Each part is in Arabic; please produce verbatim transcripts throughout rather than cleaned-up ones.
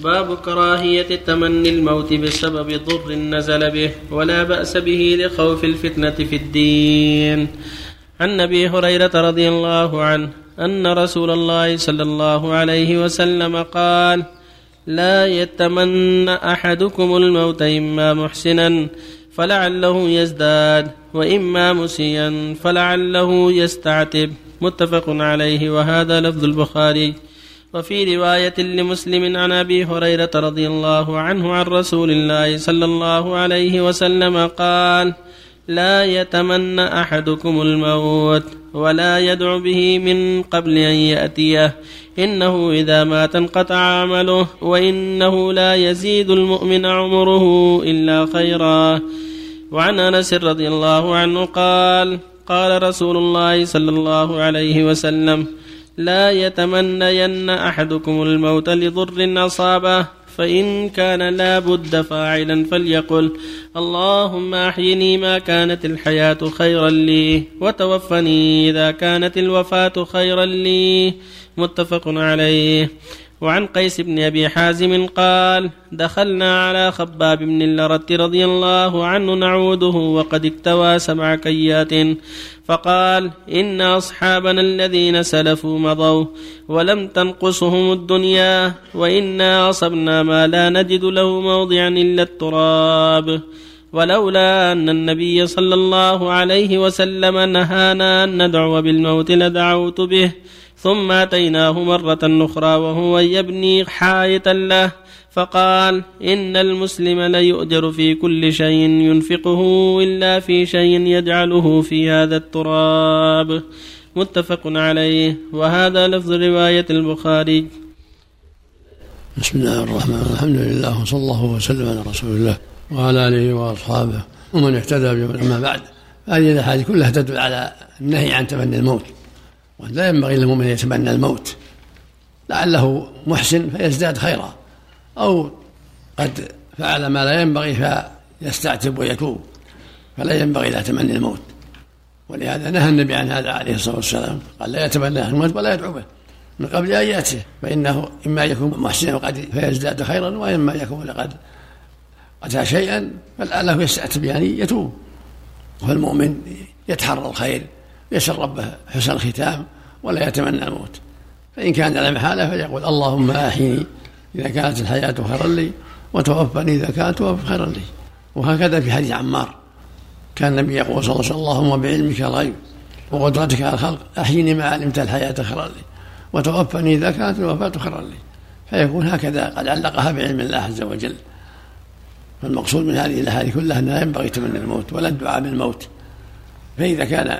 باب كراهية تمني الموت بسبب ضر نزل به ولا بأس به لخوف الفتنة في الدين. عن أبي هريرة رضي الله عنه أن رسول الله صلى الله عليه وسلم قال: لا يتمنى أحدكم الموت إما محسنا فلعله يزداد وإما مسيا فلعله يستعتب. متفق عليه، وهذا لفظ البخاري. وفي رواية لمسلم عن أبي هريرة رضي الله عنه عن رسول الله صلى الله عليه وسلم قال: لا يتمنى أحدكم الموت ولا يدع به من قبل أن يأتيه، إنه إذا مات انقطع عمله، وإنه لا يزيد المؤمن عمره إلا خيرا. وعن أنس رضي الله عنه قال: قال رسول الله صلى الله عليه وسلم: لا يتمنين أحدكم الموت لضر أصابه، فإن كان لا بد فاعلا فليقل: اللهم أحيني ما كانت الحياة خيرا لي، وتوفني إذا كانت الوفاة خيرا لي. متفق عليه. وعن قيس بن أبي حازم قال: دخلنا على خباب بن الأرت رضي الله عنه نعوده وقد اكتوى سبع كيات، فقال: إن أصحابنا الذين سلفوا مضوا ولم تنقصهم الدنيا، وإنا أصبنا ما لا نجد له موضعا إلا التراب، ولولا أن النبي صلى الله عليه وسلم نهانا أن ندعو بالموت لدعوت به. ثم أتيناه مرة أخرى وهو يبني حائطا له، فقال: إن المسلم ليؤجر في كل شيء ينفقه إلا في شيء يجعله في هذا التراب. متفق عليه، وهذا لفظ رواية البخاري. بسم الله الرحمن الرحيم، الحمد لله وصلى الله وسلم على رسول الله وعلى آله وأصحابه ومن اهتدى بهم. أما بعد، هذه الأحاديث كلها تدل على النهي عن تمني الموت، ولا ينبغي للمؤمن أن يتمنى الموت، لعله محسن فيزداد خيرا، أو قد فعل ما لا ينبغي فيستعتب ويتوب، فلا ينبغي لا تمني الموت. ولهذا نهى النبي عن هذا عليه الصلاة والسلام، قال: لا يتمنى الموت ولا يدعو به من قبل أن يأتيه، فإنه إما يكون محسنا وقد فيزداد خيرا، وإما يكون لقد أتى شيئا فلعله يستعتب يعني يتوب. فالمؤمن يتحرى الخير، يسأل ربه حسن الختام، ولا يتمنى الموت. فإن كان على محالة فليقول: اللهم أحيني إذا كانت الحياة خيرا لي، وتوفني إذا كانت الوفاة خيرا لي. وهكذا في حديث عمار كان النبي يقول صلى الله عليه وسلم: اللهم بعلمك الغيب وقدرتك على الخلق أحيني ما علمت الحياة خيرا لي، وتوفني إذا كانت الوفاة خيرا لي. فيكون هكذا قد علقها بعلم الله عز وجل. فالمقصود من هذه الأحاديث كلها أنها ينبغي تمني الموت ولا الدعاء بالموت. فإذا كان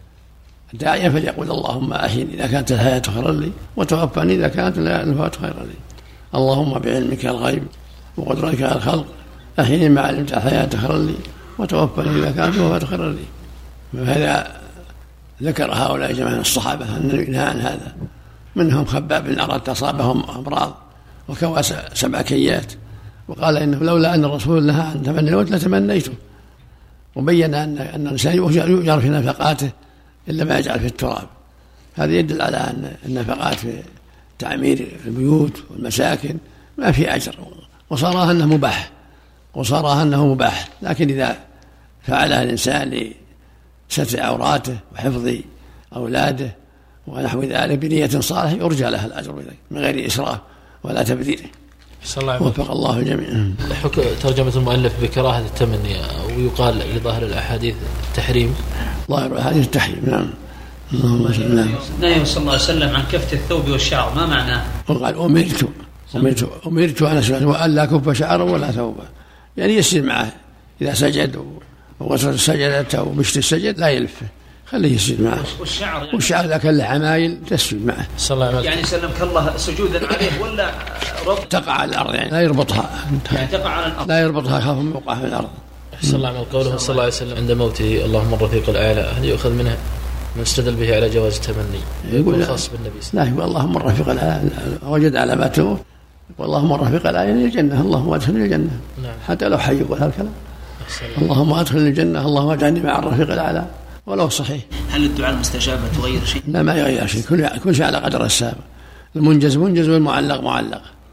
داعيا فليقول: اللهم أحيني إذا كانت الحياة خيرا لي، وتوفني إذا كانت الوفاة خيرا لي. اللهم بعلمك الغيب وقدرتك على الخلق أحيني ما علمت الحياة خيرا لي، وتوفني إذا كانت الوفاة خيرا لي. فهذا ذكر هؤلاء جماعة الصحابة أن النبي نهى عن هذا. منهم خباب بن الأرت أصابهم أمراض وكوى سبع كيات، وقال: إنه لولا أن الرسول نهى عن تمني الموت لتمنيته. وبين أن أن الإنسان يؤجر في نفقاته إلا ما يجعل في التراب. هذا يدل على أن النفقات في تعمير البيوت والمساكن ما في أجر، وصارها أنه مباح وصارها أنه مباح لكن إذا فعلها الإنسان لستر عوراته وحفظ أولاده ونحو ذلك بنية صالحة يرجى لها الأجر من غير إسراف ولا تبذير. وفق الله الجميع. حكم ترجمة المؤلف بكراهة التمني، ويقال لظاهر الأحاديث التحريم. ظاهر الأحاديث التحريم. نعم. اللهم صل على النبي صلى الله عليه وسلم عن كفت الثوب والشعر، ما معناه؟ وقال: أمرت أمرت أمرت أن أسجد وأن لا كف شعرا ولا ثوبا، يعني يسجد معه إذا سجد وغسل السجدة أو مشت السجد لا يلفه، خليه يسجد معه. والشعر يعني والشعر إذا كان له عمايل تسجد معه. صلى الله عليه وسلم. يعني سلمك الله سجودا عليه ولا ربط؟ تقع على الأرض، يعني لا يربطها. يعني تقع على الأرض. لا يربطها خاف من موقعها في الأرض. صلى الله عليه وسلم. قوله صلى الله عليه وسلم عند موته: اللهم الرفيق الأعلى، هل يؤخذ منها من استدل به على جواز التمني؟ يقول خاص بالنبي. لا، يقول اللهم الرفيق الأعلى، وجد علاماته يقول اللهم الرفيق الأعلى يعني الجنة، اللهم ادخلني الجنة. نعم. حتى لو حي يقول هذا الكلام: اللهم ادخلني الجنة، اللهم اجعلني مع الرفيق الأعلى، ولو صحيح. هل الدعاء المستجابة تغير شيء؟ لا، ما يغير شيء، كل كل شيء على قدر السابق. المنجز منجز والمعلق معلق.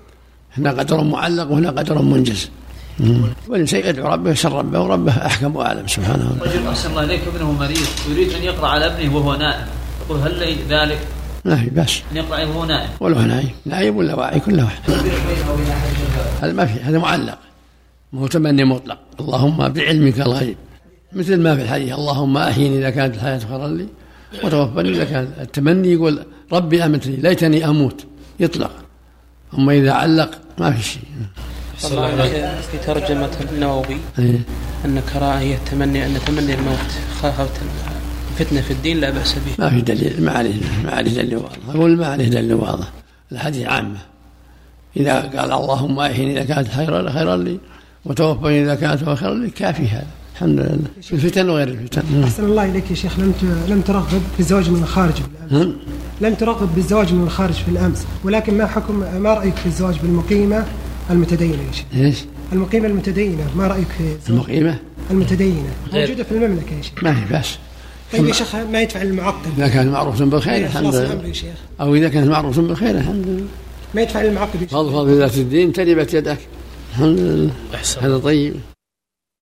هنا قدر معلق وهنا قدر منجز. والإنسان يدعو ربه يسر ربه وربه أحكم وأعلم سبحانه وتعالى. رجل أحسن الله إليك ابنه مريض يريد أن يقرأ على ابنه وهو نائم، يقول هل لي ذلك؟ ما في بس أن يقرأ وهو نائم ولا هو نائم، نائم ولا واعي كله واحد. هذا ما في، هذا معلق ما هو تمني مطلق. اللهم بعلمك الغيب، مثل ما في الحديث اللهم أحيني إذا كانت الحياة خيرا لي وتوفني إذا كان. التمني يقول ربي أمتني ليتني أموت يطلق، أما إذا علق ما في شيء. في ترجمة النووي أن كراهية التمني أن تمني الموت خافة فتنة في الدين لا بأس به. ما في دليل، ما عليه ما عليه دليل واضح. أقول ما عليه دليل واضح. الحديث عامة، إذا قال اللهم أحيني إذا كانت خيرا خيرا لي وتوفني إذا كانت خيرا لي كافي هذا الحمد لله. في الفتن وغير الفتن. أحسن الله إليك يا شيخ، لم لم ترغب في الزواج من الخارج بالأمس. لم ترغب بالزواج من الخارج في الأمس، ولكن ما حكم ما رأيك في الزواج بالمقيمة المتدينة يا شيخ؟ ايش؟ المقيمة المتدينة، ما رأيك في المقيمة المتدينة موجودة في المملكة يا شيخ؟ ما في بس. طيب يا شيخ ما يدفع المعقد إذا كان معروف بالخير الحمد لله، أو إذا كان معروف بالخير الحمد لله. ما يدفع المعقد. فضل فضل ذات الدين تربت يدك الحمد لله. هذا طيب.